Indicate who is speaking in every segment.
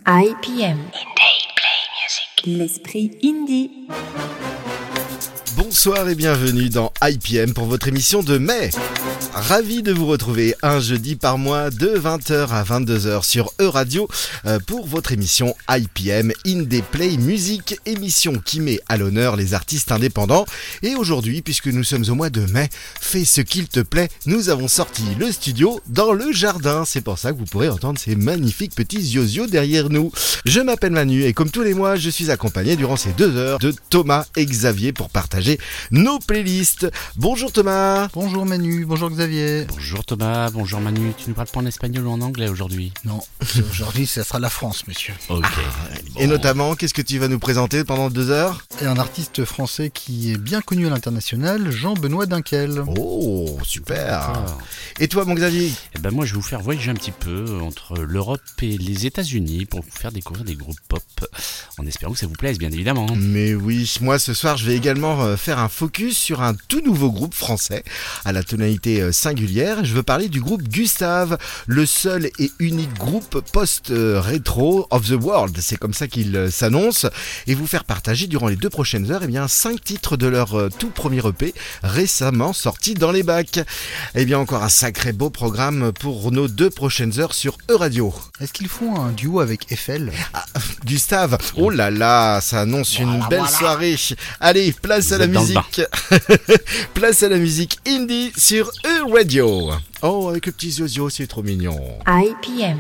Speaker 1: IPM. L'esprit indie.
Speaker 2: Bonsoir et bienvenue dans IPM pour votre émission de mai. Ravi de vous retrouver un jeudi par mois de 20h à 22h sur E-Radio pour votre émission IPM Indie Play Music, émission qui met à l'honneur les artistes indépendants. Et aujourd'hui, puisque nous sommes au mois de mai, fais ce qu'il te plaît, nous avons sorti le studio dans le jardin. C'est pour ça que vous pourrez entendre ces magnifiques petits yozio derrière nous. Je m'appelle Manu et comme tous les mois, je suis accompagné durant ces 2 heures de Thomas et Xavier pour partager nos playlists. Bonjour Thomas.
Speaker 3: Bonjour Manu, bonjour Xavier.
Speaker 4: Bonjour Thomas, bonjour Manu. Tu nous parles pas en espagnol ou en anglais aujourd'hui?
Speaker 3: Non, aujourd'hui ça sera la France, monsieur.
Speaker 4: Ok.
Speaker 2: Bon. Et notamment, qu'est-ce que tu vas nous présenter pendant 2 heures?
Speaker 3: Et un artiste français qui est bien connu à l'international, Jean-Benoît Dunkel.
Speaker 2: Oh, super.
Speaker 4: D'accord.
Speaker 2: Et toi mon Xavier?
Speaker 4: Eh ben moi je vais vous faire voyager un petit peu entre l'Europe et les États-Unis pour vous faire découvrir des groupes pop, en espérant que ça vous plaise bien évidemment.
Speaker 2: Mais oui, moi ce soir je vais également faire un focus sur un tout nouveau groupe français à la tonalité singulière. Je veux parler du groupe Gustave, le seul et unique groupe post-rétro of the world, c'est comme ça qu'il s'annonce, et vous faire partager durant les 2 prochaines heures 5 titres de leur tout premier EP récemment sorti dans les bacs. Et bien encore un sacré beau programme pour nos 2 prochaines heures sur E-Radio.
Speaker 3: Est-ce qu'ils font un duo avec Eiffel?
Speaker 2: Gustave, oh là là, ça annonce une belle soirée. Allez, place à la musique. Place à la musique indie sur E-Radio. Oh, avec le petit Zozio, c'est trop mignon.
Speaker 1: IPM.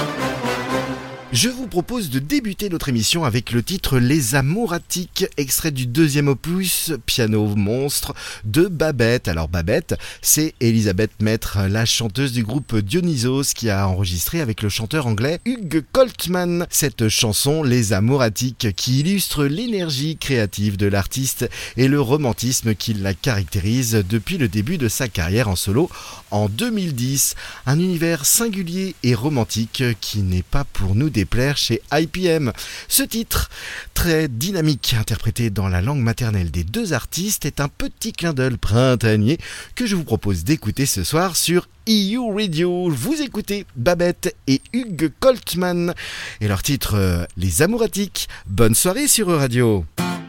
Speaker 2: Je vous propose de débuter notre émission avec le titre Les Amouratiques, extrait du 2e opus, Piano Monstre, de Babette. Alors Babette, c'est Elisabeth Maître, la chanteuse du groupe Dionysos, qui a enregistré avec le chanteur anglais Hugh Coltman cette chanson Les Amouratiques, qui illustre l'énergie créative de l'artiste et le romantisme qui la caractérise depuis le début de sa carrière en solo en 2010. Un univers singulier et romantique qui n'est pas pour nous déplaire chez IPM. Ce titre, très dynamique, interprété dans la langue maternelle des 2 artistes, est un petit clin d'œil printanier que je vous propose d'écouter ce soir sur E-Radio. Vous écoutez Babette et Hugh Coltman et leur titre Les Amouratiques. Bonne soirée sur E-Radio.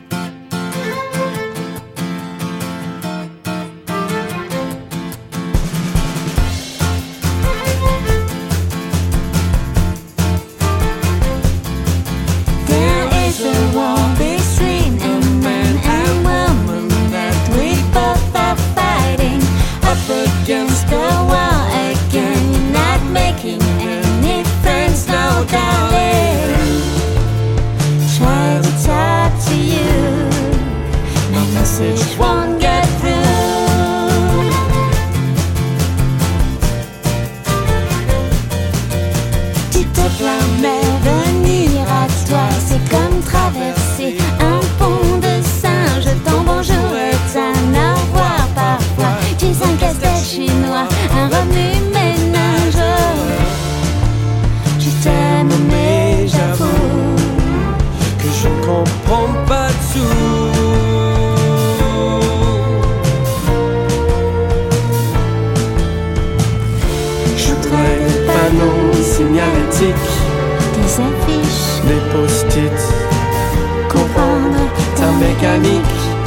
Speaker 5: Des affiches,
Speaker 6: des post-it,
Speaker 5: comprendre
Speaker 6: ta mécanique.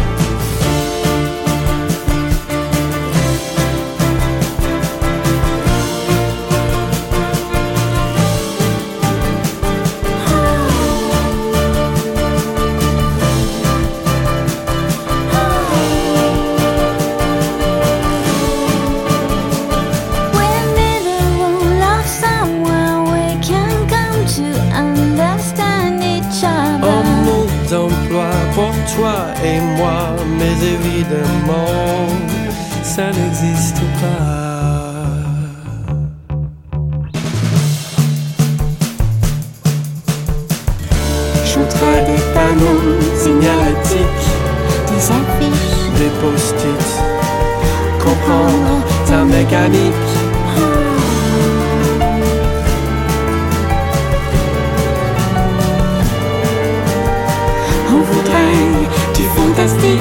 Speaker 6: Toi et moi, mais évidemment, ça n'existe pas. Je voudrais des panneaux signalatiques,
Speaker 5: des affiches,
Speaker 6: des post-it, comprendre ta mécanique.
Speaker 5: On voudrait du fantastique.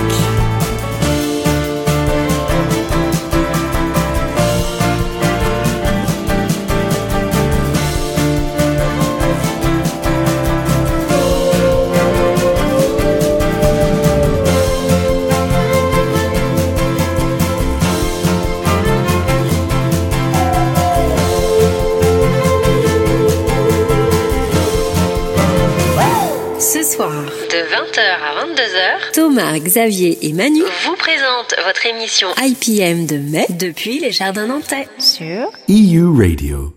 Speaker 7: Ce soir,
Speaker 1: De 20h à 22h,
Speaker 7: Thomas, Xavier et Manu
Speaker 1: vous présentent votre émission
Speaker 7: IPM de mai depuis les Jardins Nantais.
Speaker 1: sur
Speaker 6: EU Radio.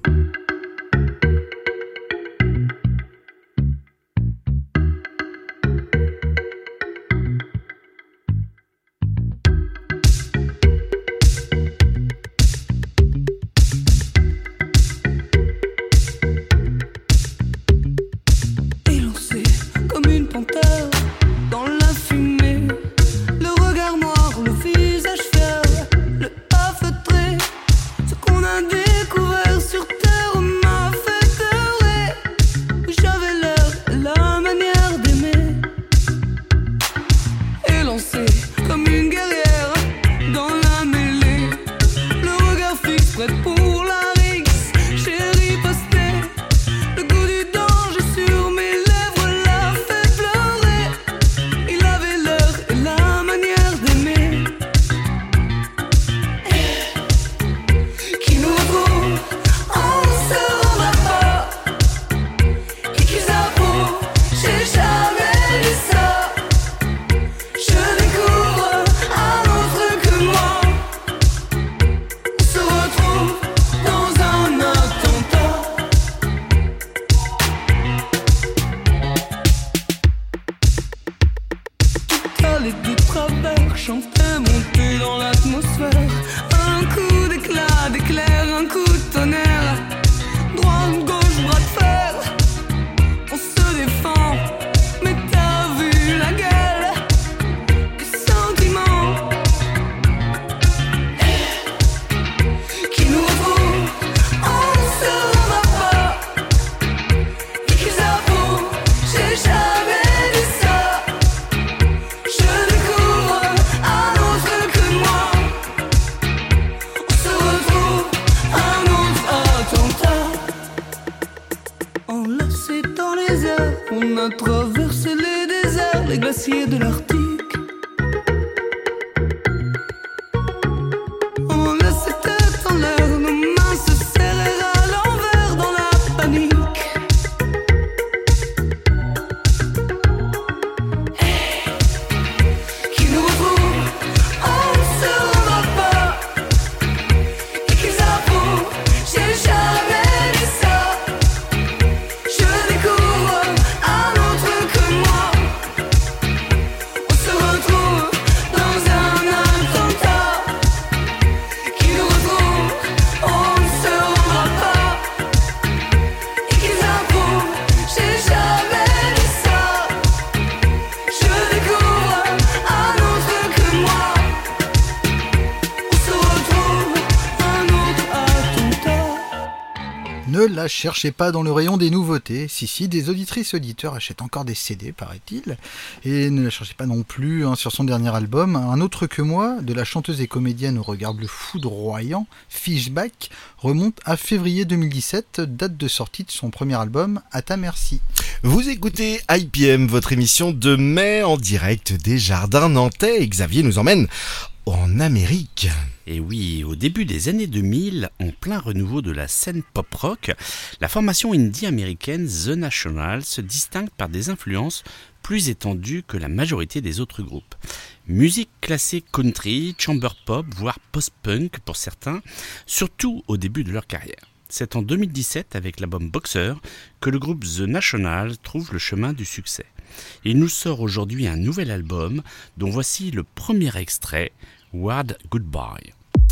Speaker 3: Ne la cherchez pas dans le rayon des nouveautés. Si, des auditrices et auditeurs achètent encore des CD, paraît-il. Et ne la cherchez pas non plus sur son dernier album. Un autre que moi, de la chanteuse et comédienne au regard bleu foudroyant, Fishback, remonte à février 2017, date de sortie de son premier album, À ta merci.
Speaker 2: Vous écoutez IPM, votre émission de mai en direct des Jardins Nantais. Et Xavier nous emmène en Amérique.
Speaker 4: Et oui, au début des années 2000, en plein renouveau de la scène pop-rock, la formation indie américaine The National se distingue par des influences plus étendues que la majorité des autres groupes. Musique classée country, chamber pop, voire post-punk pour certains, surtout au début de leur carrière. C'est en 2017, avec l'album Boxer, que le groupe The National trouve le chemin du succès. Il nous sort aujourd'hui un nouvel album, dont voici le premier extrait, Word Goodbye.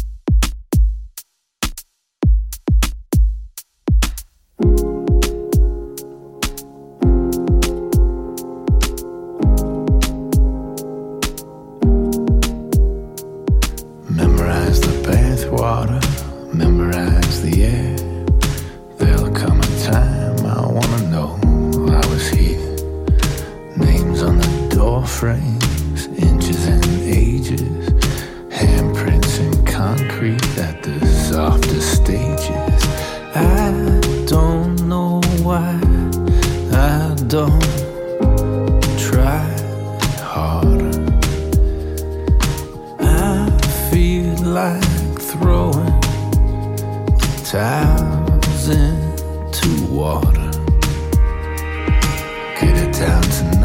Speaker 8: Memorize the bathwater, memorize the air. There'll come a time I wanna know I was here. Names on the door frames, inches and ages. Handprints in concrete at the softest stages. I don't know why I don't try harder. I feel like throwing towels into water. Get it down tonight.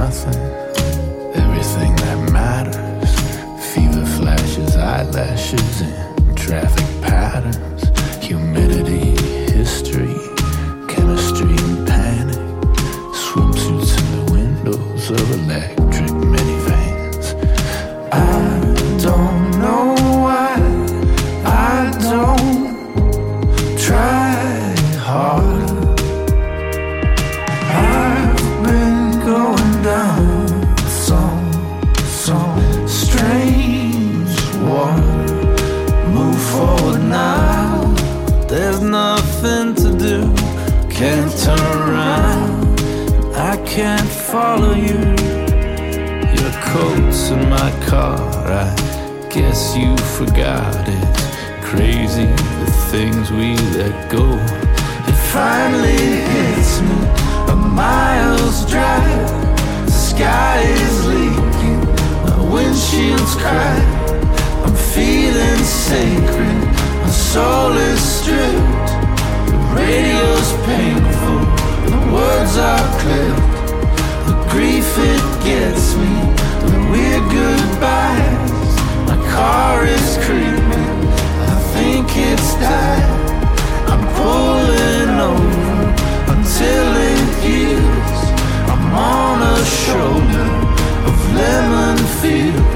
Speaker 8: can't follow you. Your coat's in my car, I guess you forgot it. Crazy the things we let go. It finally hits me, a mile's drive. The sky is leaking, my windshield's cracked. I'm feeling sacred, my soul is stripped. The radio's painful, the words are clipped. The grief it gets me, the weird goodbyes. My car is creeping, I think it's died. I'm pulling over until it heals. I'm on a shoulder of lemon fields.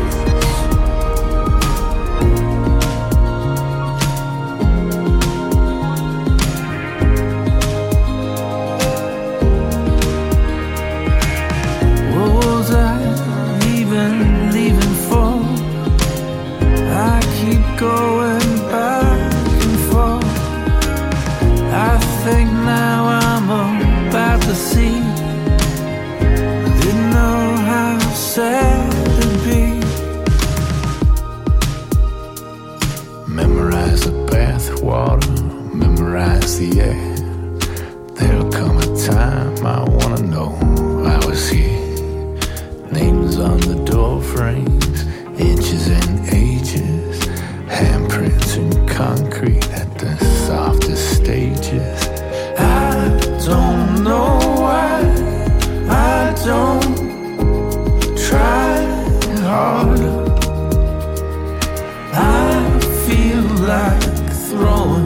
Speaker 8: Going back and forth. I think now I'm about to see. Didn't know how sad it'd be. Memorize the bathwater, memorize the air. There'll come a time I wanna know I was here. Names on the door frames, inches and ages. Handprints in concrete at the softest stages. I don't know why I don't try harder. I feel like throwing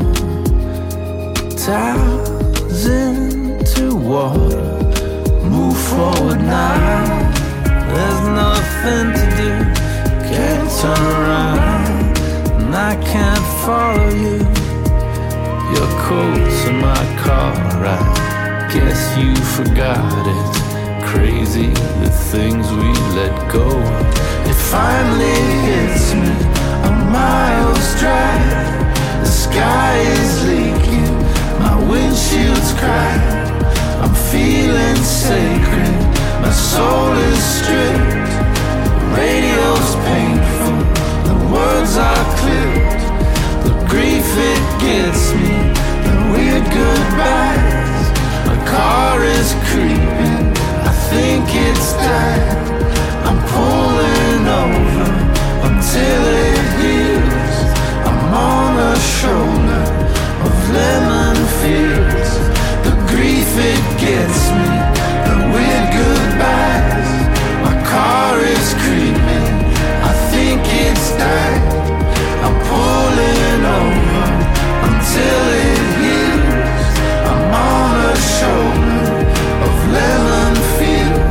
Speaker 8: towels into water. Move forward now, there's nothing to do. Can't turn around, I can't follow you. Your coat's in my car, I guess you forgot it. Crazy the things we let go. It finally hits me, a mile's drive. The sky is leaking, my windshield's cracked. I'm feeling sacred, my soul is stripped. The radio's painful, the words are clipped. The grief it gets me, the weird goodbyes. My car is creeping, I think it's died. I'm pulling over until it heals. I'm on a shoulder of lemon fields. The grief it gets me, the weird goodbyes. My car is creeping, I think it's died. I'm pulling over until it heals. I'm on a shoulder of lemon fields.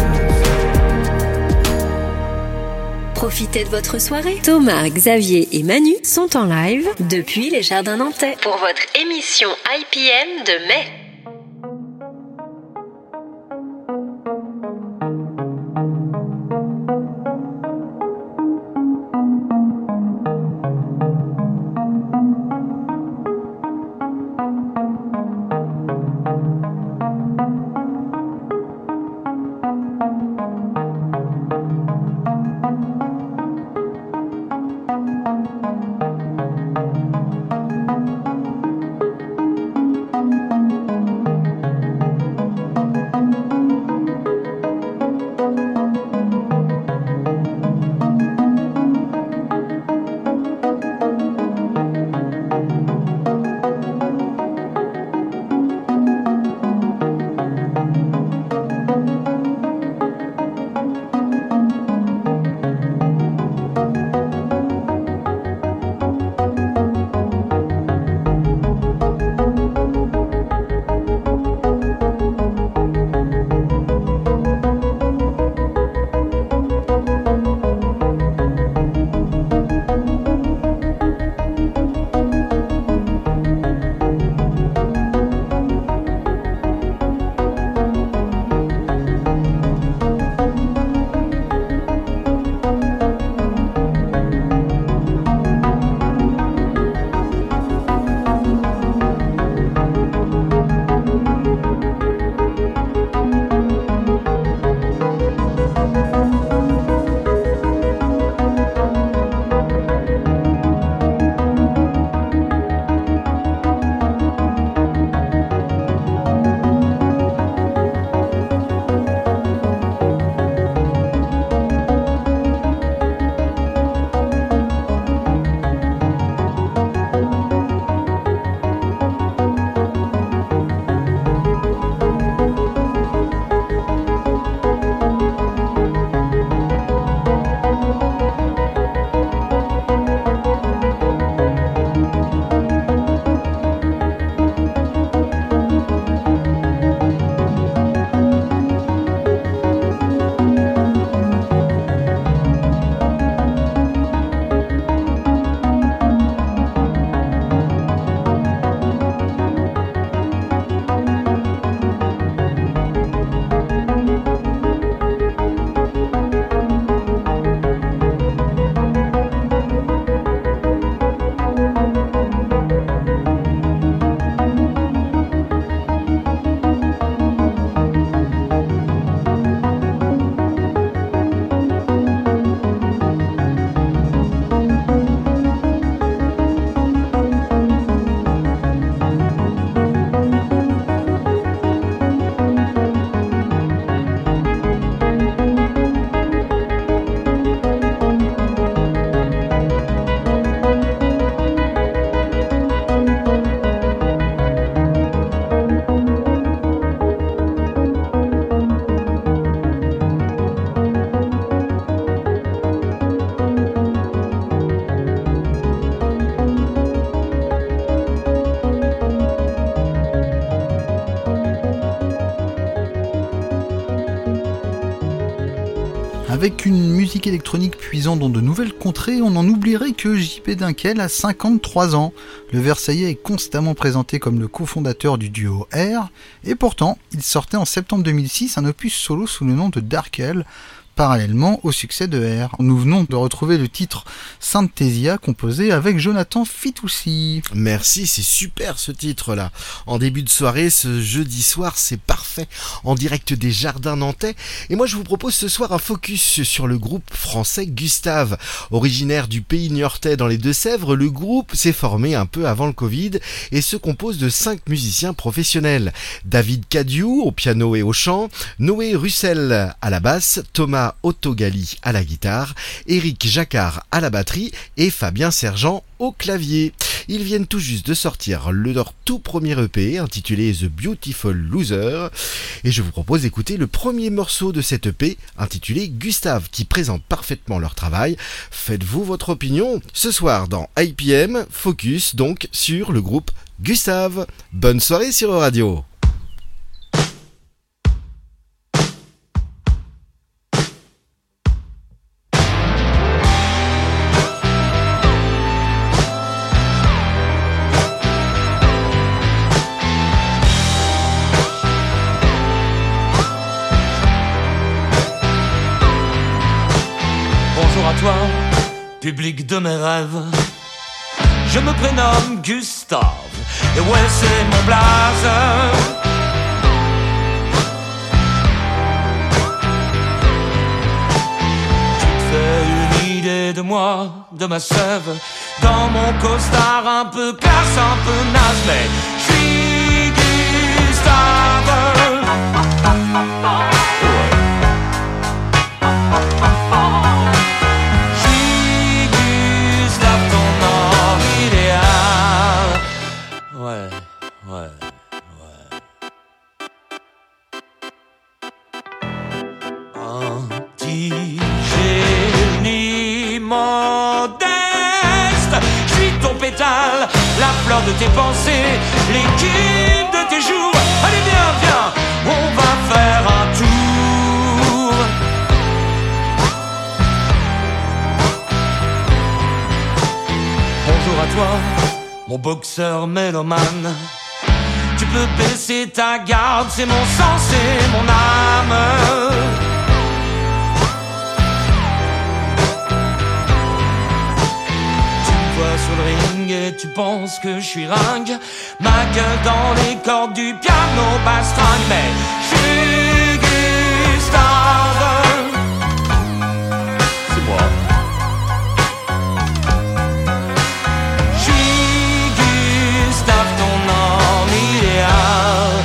Speaker 7: Profitez de votre soirée. Thomas, Xavier et Manu sont en live depuis les Jardins Nantais
Speaker 1: Pour votre émission IPM de mai.
Speaker 3: Avec une musique électronique puisant dans de nouvelles contrées, on en oublierait que JP Dunkel a 53 ans. Le Versaillais est constamment présenté comme le cofondateur du duo R, et pourtant, il sortait en septembre 2006 un opus solo sous le nom de Dark Hell, parallèlement au succès de R. Nous venons de retrouver le titre Synthesia composé avec Jonathan Fitoussi.
Speaker 2: Merci, c'est super ce titre-là. En début de soirée, ce jeudi soir, c'est parfait. En direct des Jardins Nantais. Et moi, je vous propose ce soir un focus sur le groupe français Gustave. Originaire du pays niortais dans les Deux-Sèvres, le groupe s'est formé un peu avant le Covid et se compose de 5 musiciens professionnels. David Cadieux au piano et au chant, Noé Russell à la basse, Thomas Autogali à la guitare, Éric Jacquard à la batterie et Fabien Sergent au clavier. Ils viennent tout juste de sortir leur tout premier EP intitulé The Beautiful Loser et je vous propose d'écouter le premier morceau de cet EP intitulé Gustave qui présente parfaitement leur travail. Faites-vous votre opinion ce soir dans IPM, focus donc sur le groupe Gustave. Bonne soirée sur Radio.
Speaker 9: Public de mes rêves, je me prénomme Gustave, et ouais c'est mon blaze. Tu te fais une idée de moi, de ma sève, dans mon costard un peu classe, un peu naze, mais je suis Gustave. La fleur de tes pensées, l'équipe de tes jours. Allez viens, viens, on va faire un tour. Bonjour à toi, mon boxeur mélomane. Tu peux baisser ta garde, c'est mon sang, c'est mon âme. Sur le ring et tu penses que je suis ringue, ma gueule dans les cordes du piano bastringue, mais je suis Gustave. C'est moi. Je suis Gustave, ton homme idéal.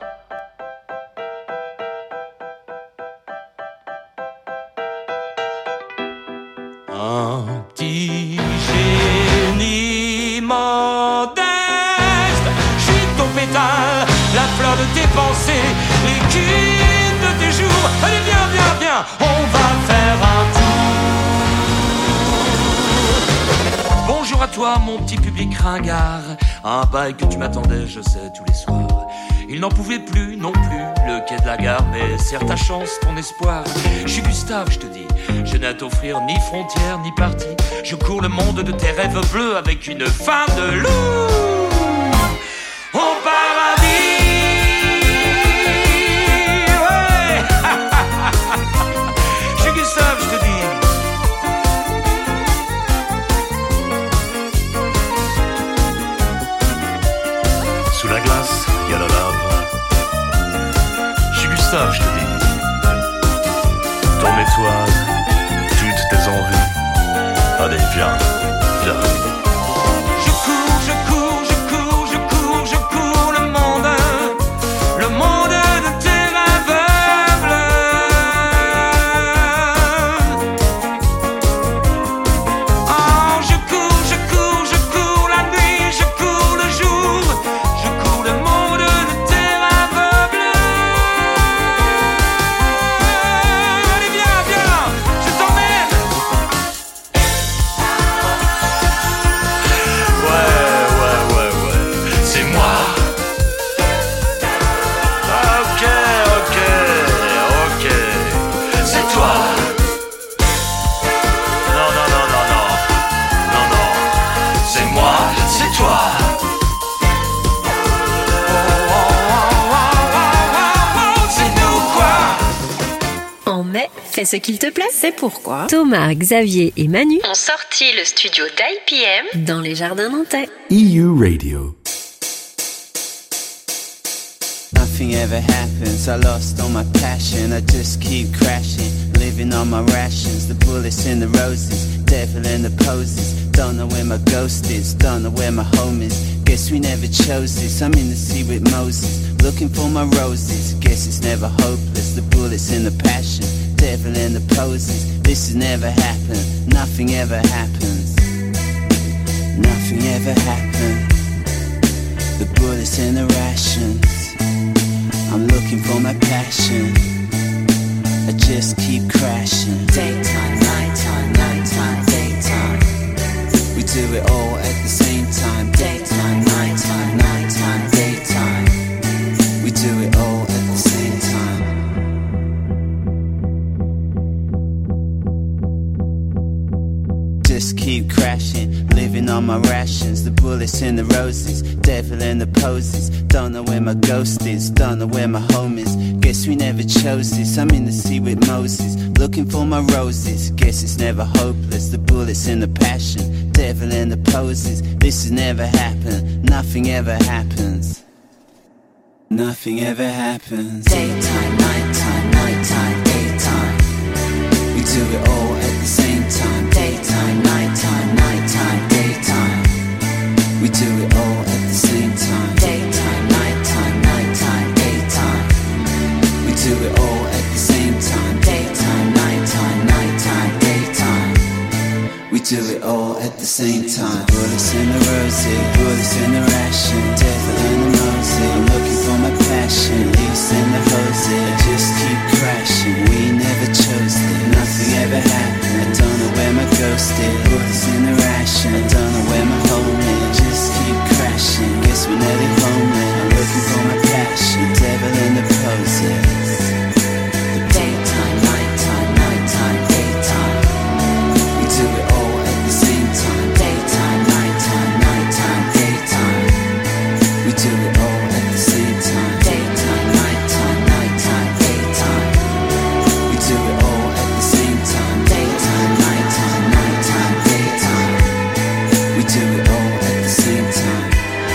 Speaker 9: Un petit la fleur de tes pensées, l'équipe de tes jours. Allez viens, viens, viens, on va faire un tour. Bonjour à toi mon petit public ringard, un bail que tu m'attendais je sais tous les soirs. Il n'en pouvait plus non plus le quai de la gare, mais serre ta chance, ton espoir. Je suis Gustave, je te dis, je n'ai à t'offrir ni frontières ni partie. Je cours le monde de tes rêves bleus avec une femme de loup. Au paradis, ouais. Je suis Gustave, je te dis. Sous la glace, il y a la lave. Je suis Gustave, je te dis. Ton étoile, toutes tes envies. Allez, viens, viens. Je cours, je cours, je cours, je cours, je cours le monde de tes rêves bleus. Oh, je cours, je cours, je cours la nuit, je cours le jour, je cours le monde de tes rêves bleus. Allez, viens, viens, je t'emmène.
Speaker 7: mai, fais ce qu'il te plaît. C'est pourquoi Thomas, Xavier et Manu
Speaker 1: ont sorti le studio d'IPM
Speaker 7: dans les jardins nantais.
Speaker 6: EU Radio.
Speaker 10: Nothing ever happens, I lost all my passion, I just keep crashing, living on my rations, the bullets in the roses, devil in the poses, don't know where my ghost is, don't know where my home is, guess we never chose this, I'm in the sea with Moses, looking for my roses, guess it's never hopeless, the bullets in the passion, devil in the poses, this has never happened, nothing ever happens, nothing ever happened, the bullets in the rations, I'm looking for my passion, I just keep crashing. Daytime, nighttime, nighttime, daytime, we do it all at the same time. Daytime, nighttime, nighttime, daytime, we do it all at the same time. Just keep crashing, living on my rations, the bullets in the roses, devil in the poses, don't know where my ghost is, don't know where my home is, guess we never chose this, I'm in the sea with Moses, looking for my roses, guess it's never hopeless, the bullets in the passion, devil in the poses, this has never happened, nothing ever happens, nothing ever happens. Daytime, nighttime, nighttime, daytime, we do it all at the same time. Daytime, nighttime, nighttime, daytime, we do it all at the same time. Daytime, nighttime, nighttime, daytime, we do it all at the same time. Daytime, nighttime, nighttime, daytime, we do it all at the same time. Bullets in the rosy, bullets in the ration, devil in the mosey, I'm looking for my passion, leaves in the hosey, I just keep crashing, we never chose this, nothing ever happened, I don't know where my ghost is, bullets in the ration, I don't know where my home is, just keep crashing, guess we're nearly home, I'm looking for my passion, devil in the poses, the daytime, nighttime, nighttime, daytime, we do it all at the same time. Daytime, nighttime, nighttime, daytime, we do it all at the same time. Daytime, nighttime, nighttime, daytime, we do it all at the same time. Daytime, nighttime, nighttime, daytime, we do it all at the same time.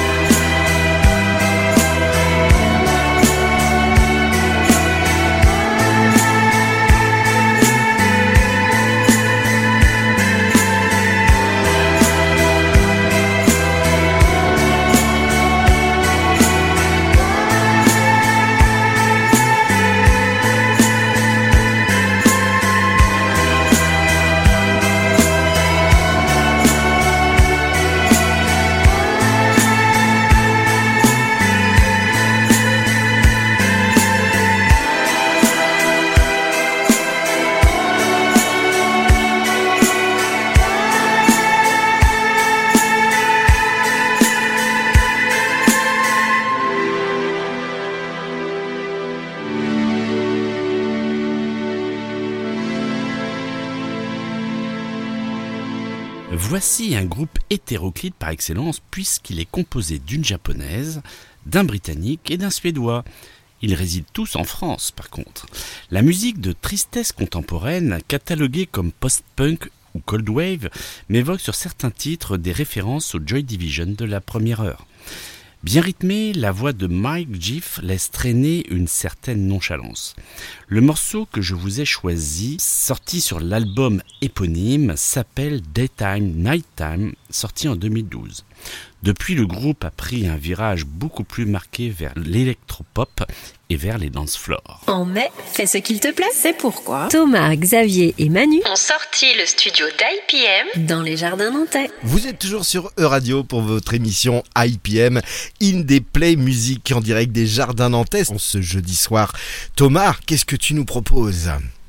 Speaker 4: Voici un groupe hétéroclite par excellence puisqu'il est composé d'une japonaise, d'un britannique et d'un suédois. Ils résident tous en France par contre. La musique de tristesse contemporaine, cataloguée comme post-punk ou cold wave, m'évoque sur certains titres des références au Joy Division de la première heure. Bien rythmée, la voix de Mike Giff laisse traîner une certaine nonchalance. Le morceau que je vous ai choisi, sorti sur l'album éponyme, s'appelle Daytime, Nighttime, sorti en 2012. Depuis, le groupe a pris un virage beaucoup plus marqué vers l'électropop et vers les dance floors.
Speaker 7: En mai, fais ce qu'il te plaît. C'est pourquoi Thomas, Xavier et Manu
Speaker 1: ont sorti le studio d'IPM
Speaker 7: dans les jardins nantais.
Speaker 2: Vous êtes toujours sur E-Radio pour votre émission IPM, Indie Play Musique en direct des jardins nantais en ce jeudi soir. Thomas, qu'est-ce que tu nous proposes ?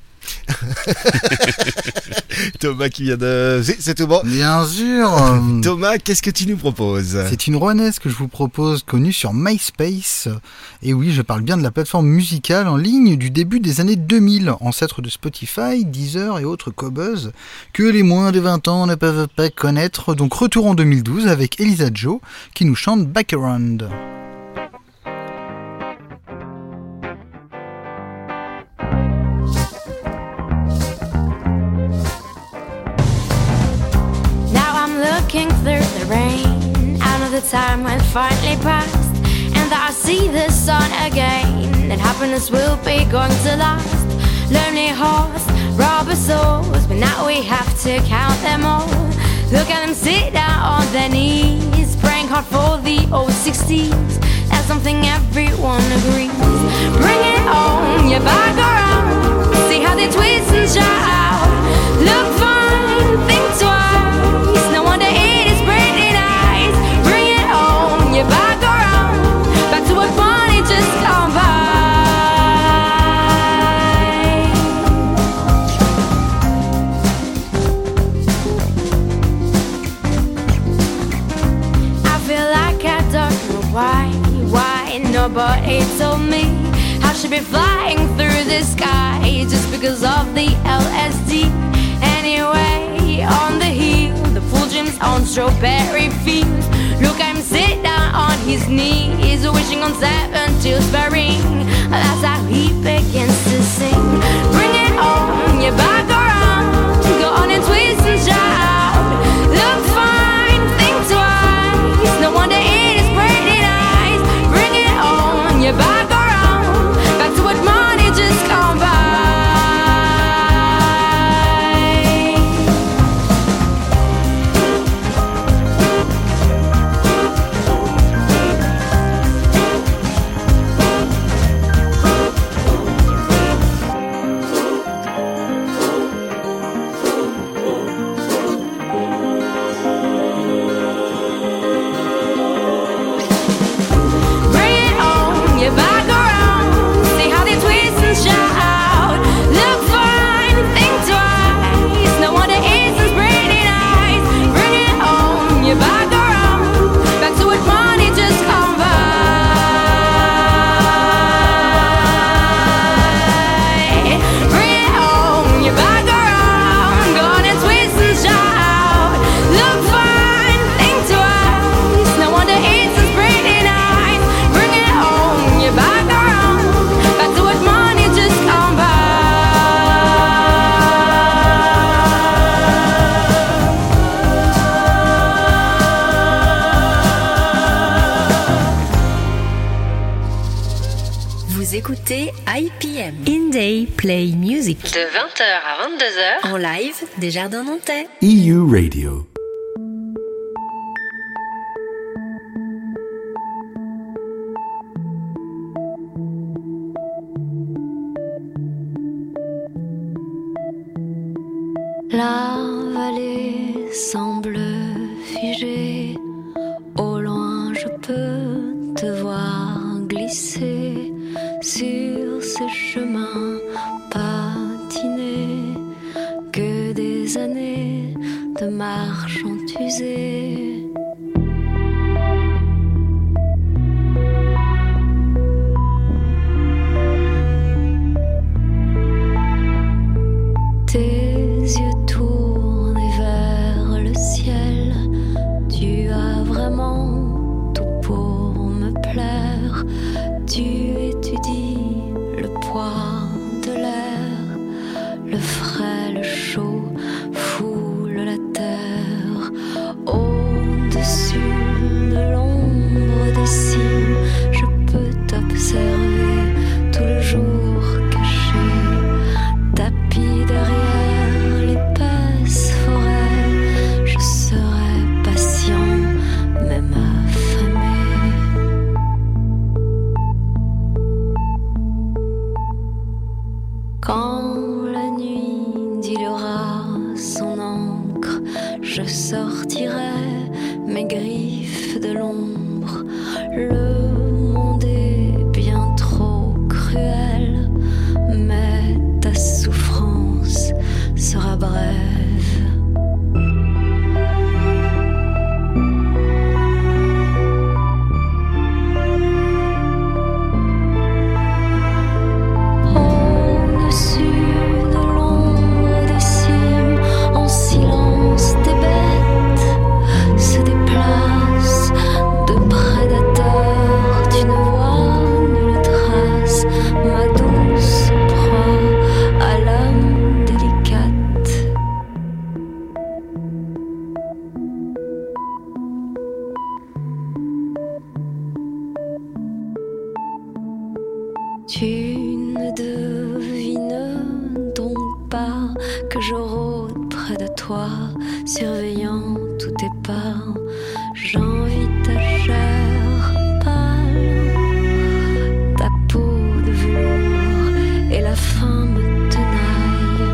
Speaker 2: Thomas qui vient de... C'est tout bon ?
Speaker 3: Bien sûr.
Speaker 2: Thomas, qu'est-ce que tu nous proposes ?
Speaker 3: C'est une rouennaise que je vous propose, connue sur MySpace. Et oui, je parle bien de la plateforme musicale en ligne du début des années 2000, ancêtre de Spotify, Deezer et autres cobuzz, que les moins de 20 ans ne peuvent pas connaître. Donc retour en 2012 avec Elisa Joe qui nous chante Back Around.
Speaker 5: walking through the rain. I know the time will finally pass, and that I see the sun again, and happiness will be going to last. Lonely hearts, rubber souls, but now we have to count them all. Look at them sit down on their knees, praying hard for the old 60s. That's something everyone agrees. Bring it on, you're back around. See how they twist and shout. Look fine, think twice. No wonder it is pretty nice. Bring it on, you're back around. Back to what Bonnie just come by. I feel like I don't know why nobody told me I should be flying through the sky just because of the LSD. Anyway, on the hill, the full dreams on strawberry fields. Look, I'm sit down on his knees, wishing on 7 till spring. That's how he begins to sing. Bring it on, you're back around. Go on and twist and shout. Look fine, think twice. No wonder it is pretty nice. Bring it on, you're back around. Back to what money just come by.
Speaker 7: Écoutez IPM, Indie Play Music,
Speaker 1: de 20h à 22h,
Speaker 7: en live des Jardins Nantais.
Speaker 11: EU Radio.
Speaker 5: La vallée semble figée, au loin je peux te voir glisser sur ces chemins patinés, que des années de marche ont usé. Tes yeux tournés vers le ciel, tu as vraiment tout pour me plaire. Tu étudies le poids de l'air, le frais, le chaud foule la terre. Au-dessus de l'ombre des cimes, je peux t'observer tout le jour caché. Tapis derrière l'épaisse forêt, je serai patient, même affamé. Quand la nuit diluera son encre, je sortirai mes griffes de l'ombre. Le monde est bien trop cruel, mais ta souffrance sera brève. Des prédateurs pas que je rôde près de toi, surveillant tous tes pas. J'envie ta chair pâle, ta peau de velours et la faim me tenaille.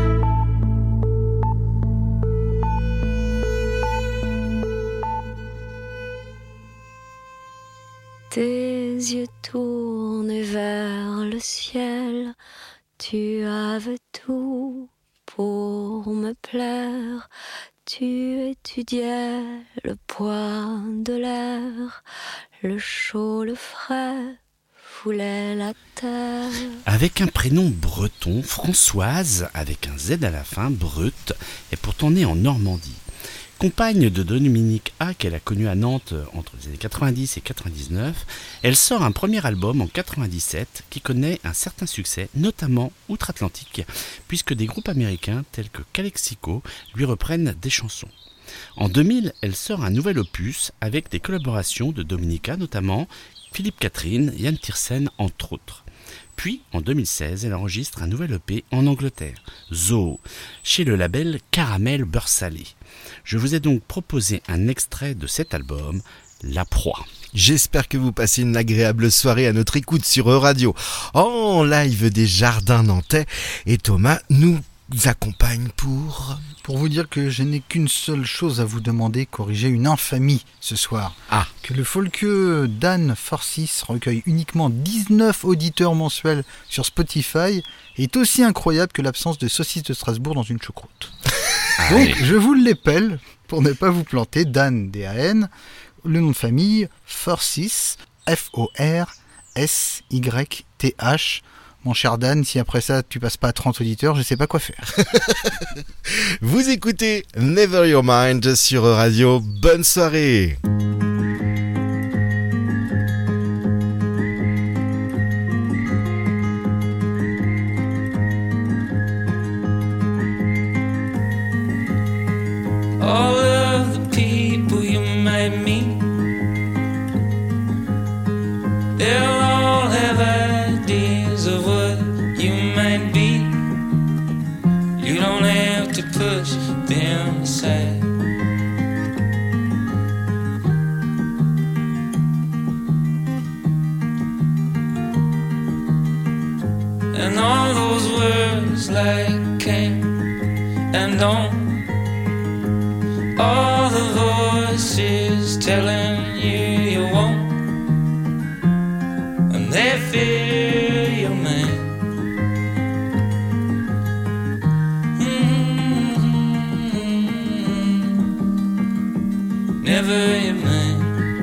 Speaker 5: Tes yeux tournés vers le ciel, tu avais tout pour me plaire. Tu étudiais le poids de l'air, le chaud, le frais foulait la terre.
Speaker 4: Avec un prénom breton, Françoise, avec un Z à la fin, Brut, est pourtant née en Normandie. Compagne de Dominique A, qu'elle a connu à Nantes entre les années 90 et 99, elle sort un premier album en 97 qui connaît un certain succès, notamment outre-Atlantique, puisque des groupes américains tels que Calexico lui reprennent des chansons. En 2000, elle sort un nouvel opus avec des collaborations de Dominique A, notamment Philippe Catherine, Yann Tiersen, entre autres. Puis, en 2016, elle enregistre un nouvel EP en Angleterre, Zoo, chez le label Caramel Beurre Salé. Je vous ai donc proposé un extrait de cet album, La Proie.
Speaker 2: J'espère que vous passez une agréable soirée à notre écoute sur E-Radio, en live des Jardins Nantais. Et Thomas nous accompagne pour
Speaker 3: vous dire que je n'ai qu'une seule chose à vous demander, corriger une infamie ce soir.
Speaker 2: Ah.
Speaker 3: Que le folklore Dan Forsis recueille uniquement 19 auditeurs mensuels sur Spotify est aussi incroyable que l'absence de saucisses de Strasbourg dans une choucroute. Donc je vous l'épelle pour ne pas vous planter. Dan, D-A-N, le nom de famille Forsis, F-O-R-S-Y-T-H. Mon cher Dan, si après ça tu passes pas à 30 auditeurs, je sais pas quoi faire.
Speaker 2: Vous écoutez Never Your Mind sur Radio. Bonne soirée.
Speaker 8: All of the people you might meet, they'll all have ideas of what you might be. You don't have to push them aside. And all those words like can and don't, all the voices telling you you won't, and they fear your man. Never your man.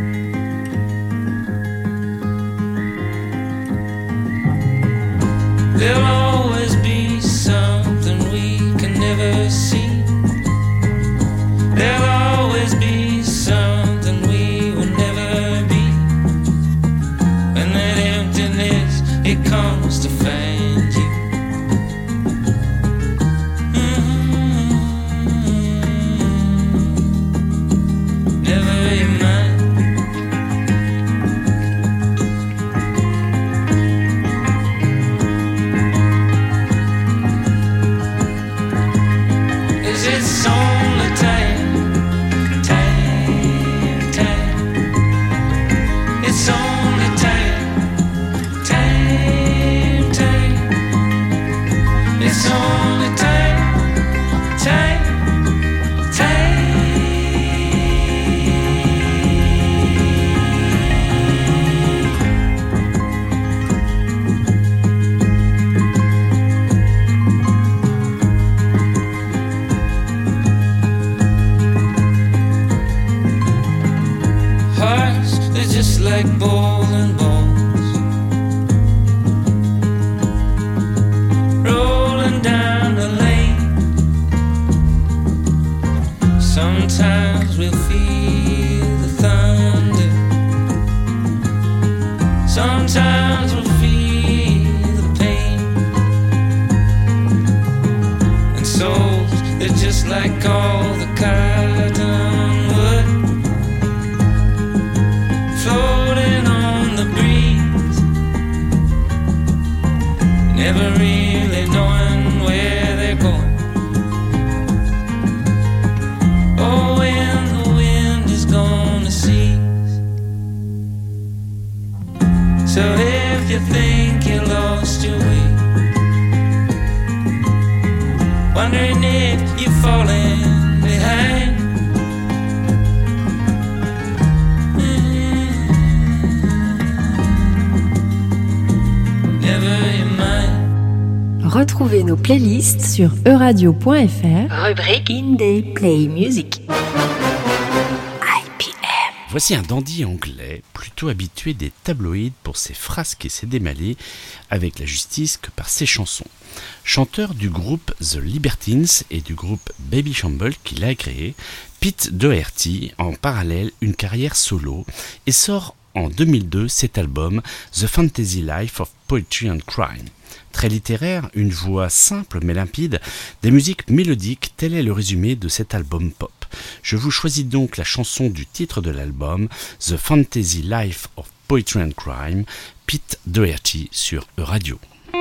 Speaker 8: There'll always be something we can never see. There'll always be something we will never be. When that emptiness, it comes to find you. Never your mind. Is it only time? It's only time. It's only time. Hearts, they're just like bowling balls, rolling down the lane. Sometimes we'll feel the thunder, sometimes we'll feel the pain. And souls, they're just like all the cottonwood, floating on the breeze, never really knowing where they're going. wondering if you're falling behind.
Speaker 7: Retrouvez nos playlists sur euradio.fr, rubrique Indie Play Music.
Speaker 4: Voici un dandy anglais, plutôt habitué des tabloïds pour ses frasques et ses démêlés avec la justice que par ses chansons. Chanteur du groupe The Libertines et du groupe Baby Shamble qu'il a créé, Pete Doherty en parallèle une carrière solo et sort en 2002 cet album The Fantasy Life of Poetry and Crime. Très littéraire, une voix simple mais limpide, des musiques mélodiques, tel est le résumé de cet album pop. Je vous choisis donc la chanson du titre de l'album, The Fantasy Life of Poetry and Crime, Pete Doherty sur Euradio.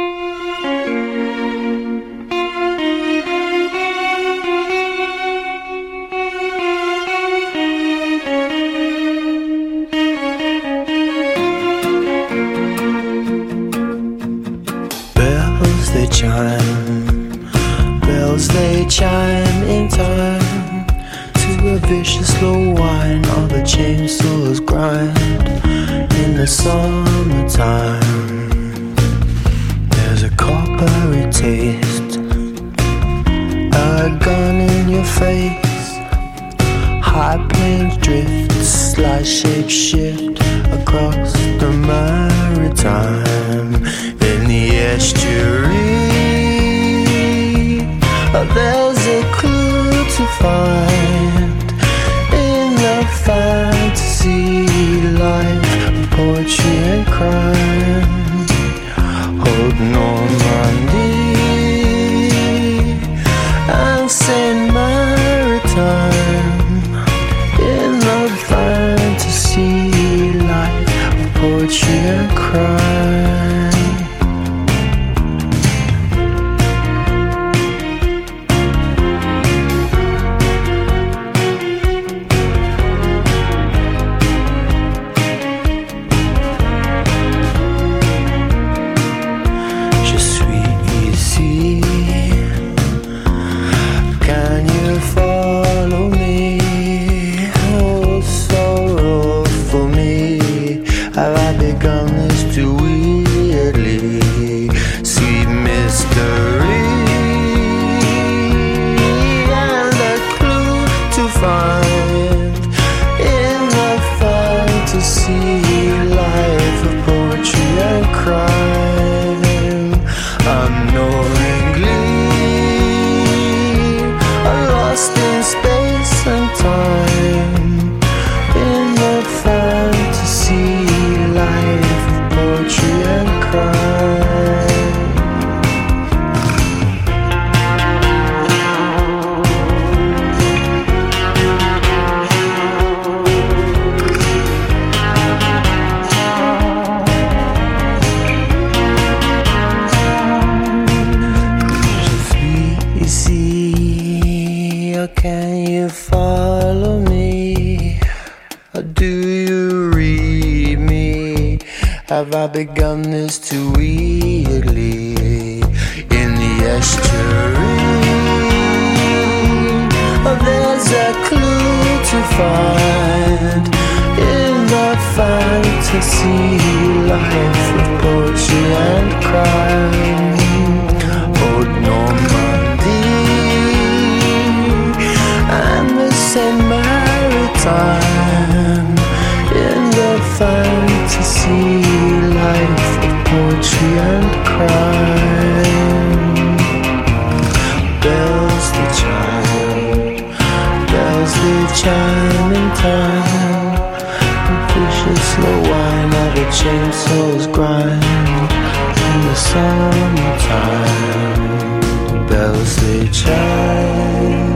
Speaker 8: Bells they chime in time to a vicious slow whine of a chainsaw's grind in the summertime. There's a coppery taste, a gun in your face, high plains drift, slight shape shift across the maritime. In the estuary, there's a clue to find in the fantasy life of poetry and crime. Hold Normandy and Saint Maritime in the fantasy life of poetry and crime. Have I begun this too weirdly in the estuary? There's a clue to find in the fantasy life of poetry and crime. Old Normandy and the Saint Maritime in the fantasy life of poetry and crime. Bells they chime in time. Vicious slow whine of a chainsaw's grind in the summertime. Bells they chime.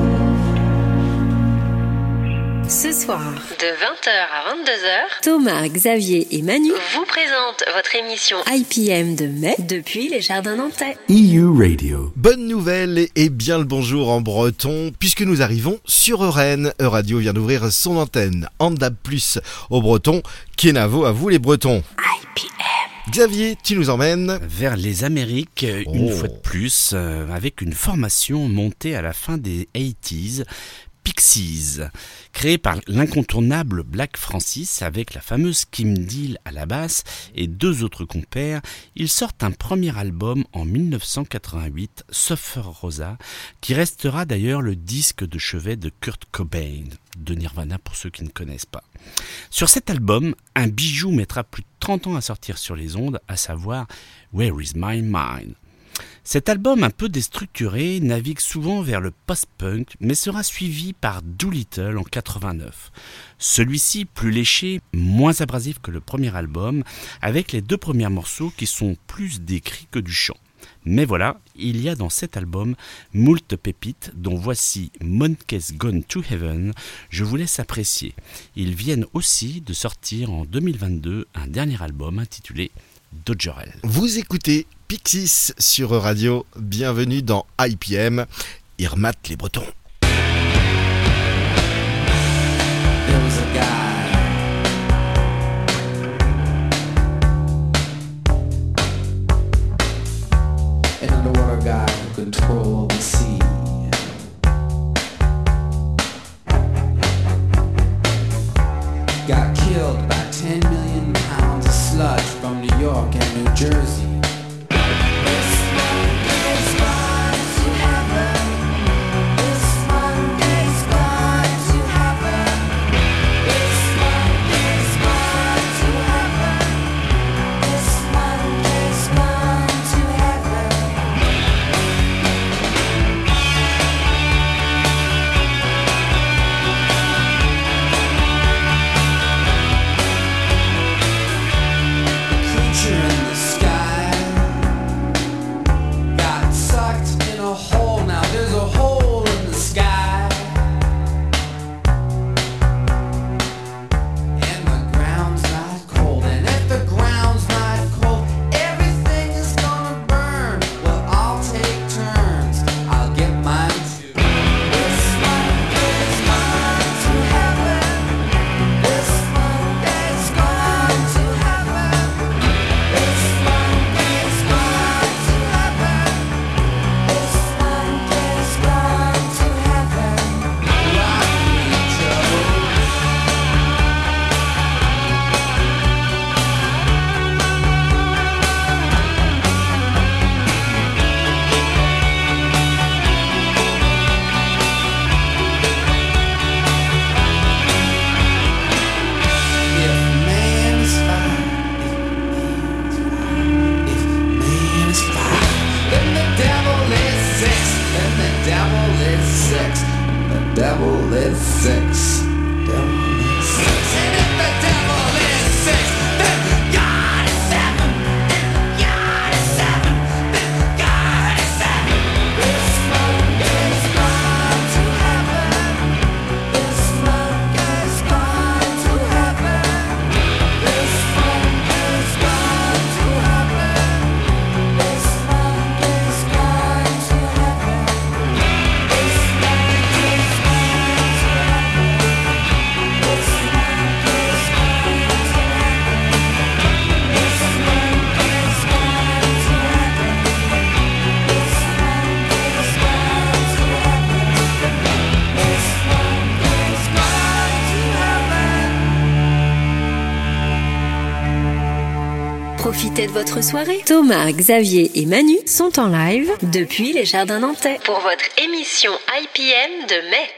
Speaker 7: Ce soir,
Speaker 1: de 20h à 22h,
Speaker 7: Thomas, Xavier et Manu
Speaker 1: vous présentent votre émission
Speaker 7: IPM de mai depuis les Jardins Nantais.
Speaker 2: EU Radio. Bonne nouvelle et bien le bonjour en breton, puisque nous arrivons sur Euren. Euradio vient d'ouvrir son antenne en DAB+, au breton. Kenavo à vous les bretons.
Speaker 7: IPM.
Speaker 2: Xavier, tu nous emmènes
Speaker 4: vers les Amériques, une fois de plus, avec une formation montée à la fin des 80s, Pixies, créé par l'incontournable Black Francis avec la fameuse Kim Deal à la basse et 2 autres compères. Ils sortent un premier album en 1988, Suffer Rosa, qui restera d'ailleurs le disque de chevet de Kurt Cobain, de Nirvana pour ceux qui ne connaissent pas. Sur cet album, un bijou mettra plus de 30 ans à sortir sur les ondes, à savoir Where Is My Mind. Cet album un peu déstructuré navigue souvent vers le post-punk, mais sera suivi par Doolittle en 89. Celui-ci plus léché, moins abrasif que le premier album, avec les 2 premiers morceaux qui sont plus des cris que du chant. Mais voilà, il y a dans cet album moult pépites, dont voici Monkeys Gone to Heaven. Je vous laisse apprécier. Ils viennent aussi de sortir en 2022 un dernier album intitulé Dodgerel.
Speaker 2: Vous écoutez Pixies sur Radio, bienvenue dans IPM, ils rematent les Bretons.
Speaker 8: There was a guy an underwater guy who controlled the sea. Got killed by 10 million pounds of sludge from New York and New Jersey.
Speaker 7: Profitez de votre soirée. Thomas, Xavier et Manu sont en live depuis les Jardins Nantais
Speaker 1: pour votre émission IPM de mai.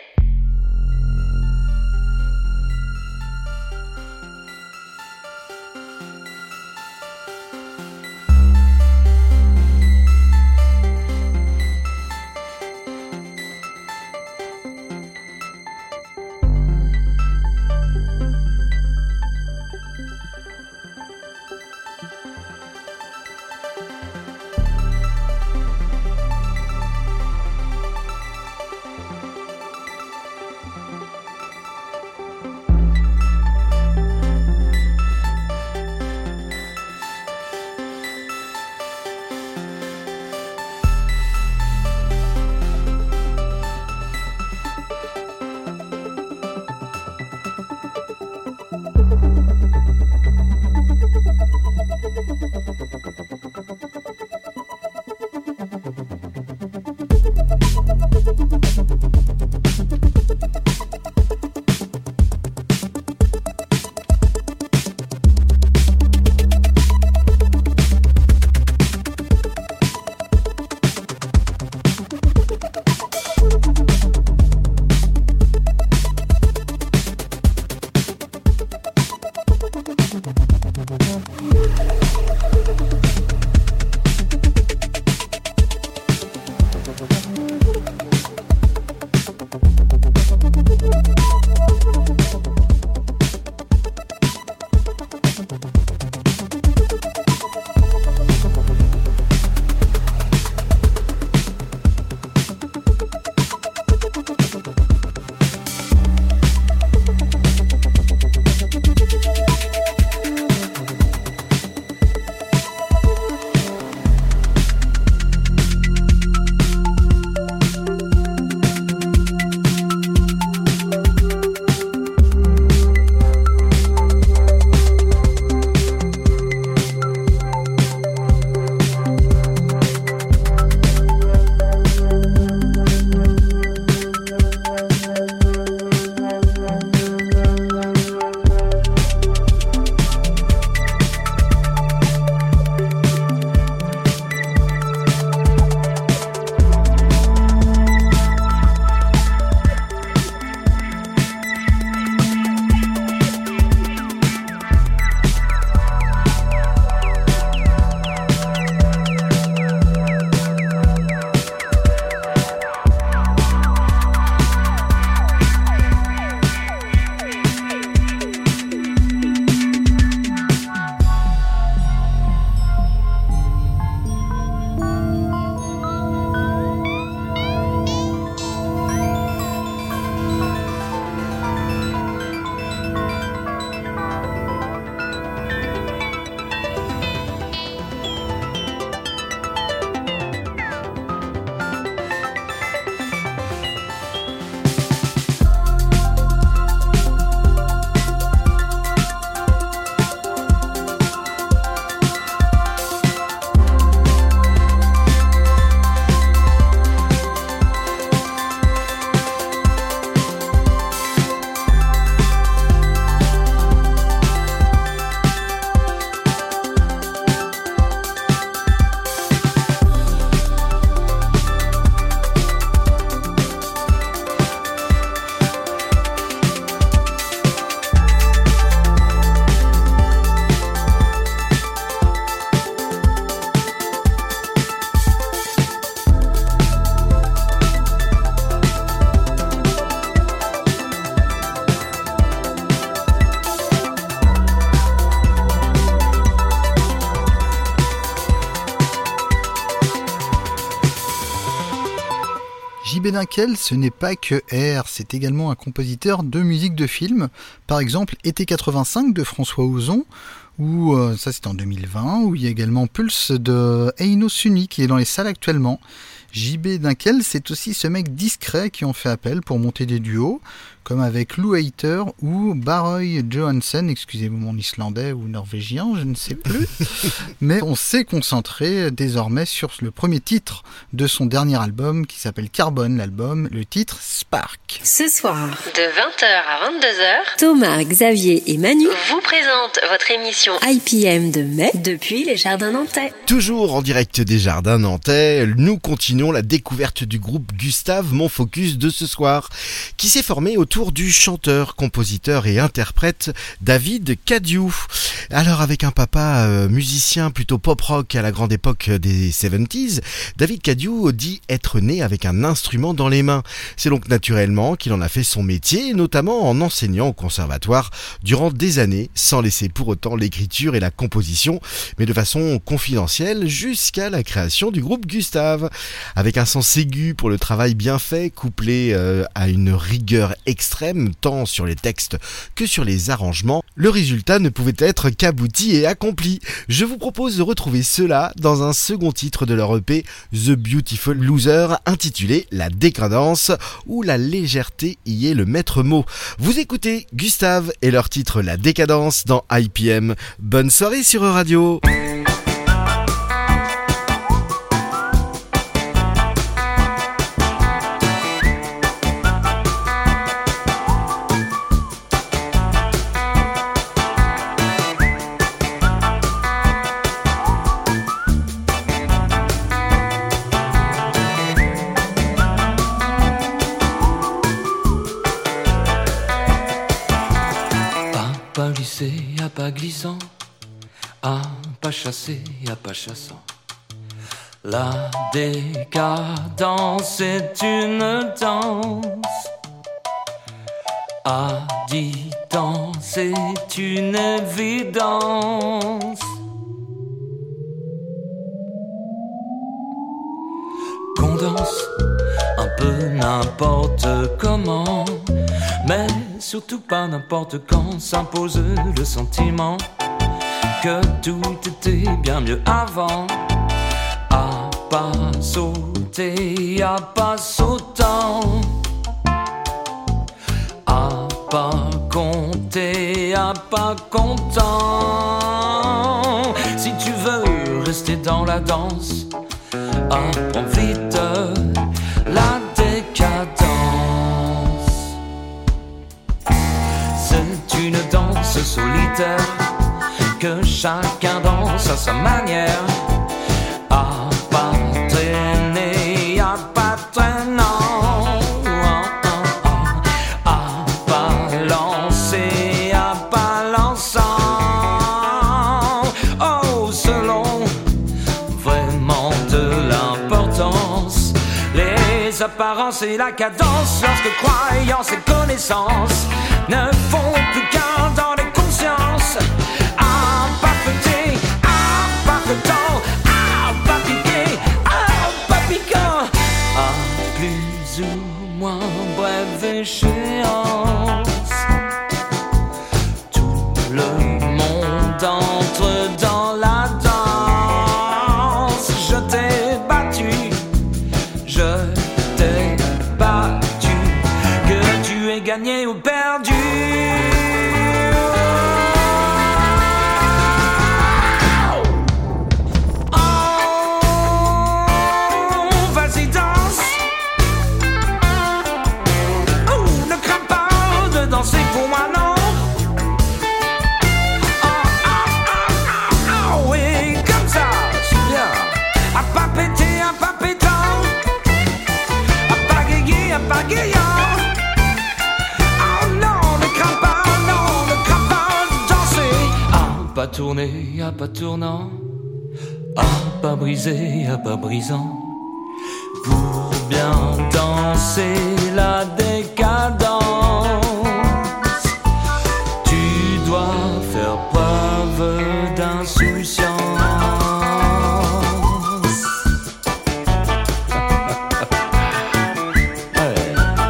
Speaker 3: J.B. Dunkel, ce n'est pas que R, c'est également un compositeur de musique de film. Par exemple, Été 85 de François Ozon, ou ça c'est en 2020, où il y a également Pulse de Eino Sunni qui est dans les salles actuellement. J.B. Dunkel, c'est aussi ce mec discret qui en fait appel pour monter des duos, comme avec Lou Hater ou Baroy Johansen, excusez-moi mon islandais ou norvégien, je ne sais plus. Mais on s'est concentré désormais sur le premier titre de son dernier album qui s'appelle Carbone, l'album, le titre Spark.
Speaker 7: Ce soir,
Speaker 1: de 20h à 22h,
Speaker 7: Thomas, Xavier et Manu
Speaker 1: vous présentent votre émission
Speaker 7: IPM de mai depuis les Jardins Nantais.
Speaker 2: Toujours en direct des Jardins Nantais, nous continuons la découverte du groupe Gustave, mon focus de ce soir, qui s'est formé autour du chanteur, compositeur et interprète David Cadieux. Alors avec un papa musicien plutôt pop-rock à la grande époque des 70s, David Cadieux dit être né avec un instrument dans les mains. C'est donc naturellement qu'il en a fait son métier, notamment en enseignant au conservatoire durant des années, sans laisser pour autant l'écriture et la composition, mais de façon confidentielle jusqu'à la création du groupe Gustave. Avec un sens aigu pour le travail bien fait, couplé à une rigueur extrême, tant sur les textes que sur les arrangements, le résultat ne pouvait être qu'abouti et accompli. Je vous propose de retrouver cela dans un second titre de leur EP The Beautiful Loser, intitulé La Décadence, où la légèreté y est le maître mot. Vous écoutez Gustave et leur titre La Décadence dans IPM. Bonne soirée sur Radio.
Speaker 9: Pas glissé, à pas glissant, à pas chassé, à pas chassant. La décadence est une danse. À distance, c'est une évidence. Qu'on danse un peu n'importe comment, mais surtout pas n'importe quand. S'impose le sentiment que tout était bien mieux avant. À pas sauter, à pas sautant, à pas compter, à pas content. Si tu veux rester dans la danse, apprends vite la décadence. C'est une danse solitaire que chacun danse à sa manière. À pas traîner, à pas traînant, à pas lancer, à pas lançant. Oh, selon vraiment de l'importance, les apparences et la cadence, lorsque croyance et connaissance ne font plus qu'un dans les consciences. À pas fêter, à pas temps, à pas piquer, à pas piquant, à plus ou moins brève échéance. Tout le monde entre dans la danse. Je t'ai battu, je t'ai battu, que tu aies gagné ou perdu. C'est pour moi, non. Oui, comme ça, c'est bien. À pas péter, à pas pétant, à pas guéguer, à pas guéant. Oh non, ne crains pas, non, ne crains pas de danser. À pas tourner, à pas tournant, à pas briser, à pas brisant. Pour bien danser la décadence, faire preuve d'insouciance. Ouais.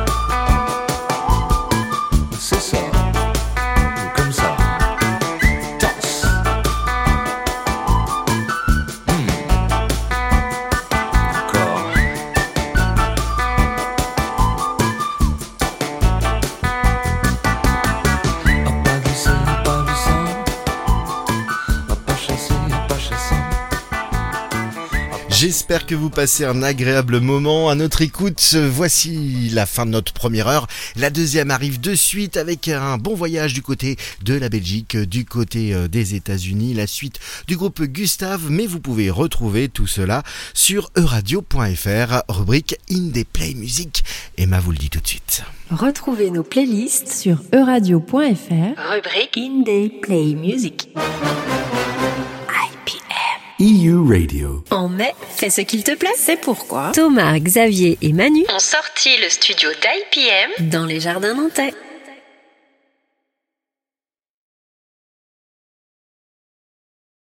Speaker 9: C'est ça, comme ça. Danse. Encore.
Speaker 2: J'espère que vous passez un agréable moment à notre écoute. Voici la fin de notre première heure. La deuxième arrive de suite avec un bon voyage du côté de la Belgique, du côté des États-Unis, la suite du groupe Gustave. Mais vous pouvez retrouver tout cela sur euradio.fr, rubrique Indie Play Music. Emma vous le dit tout de suite.
Speaker 7: Retrouvez nos playlists sur euradio.fr,
Speaker 1: rubrique
Speaker 7: Indie Play Music.
Speaker 6: EU Radio.
Speaker 7: En mai, fais ce qu'il te plaît, c'est pourquoi Thomas, Xavier et Manu
Speaker 1: ont sorti le studio d'IPM
Speaker 7: dans les jardins nantais.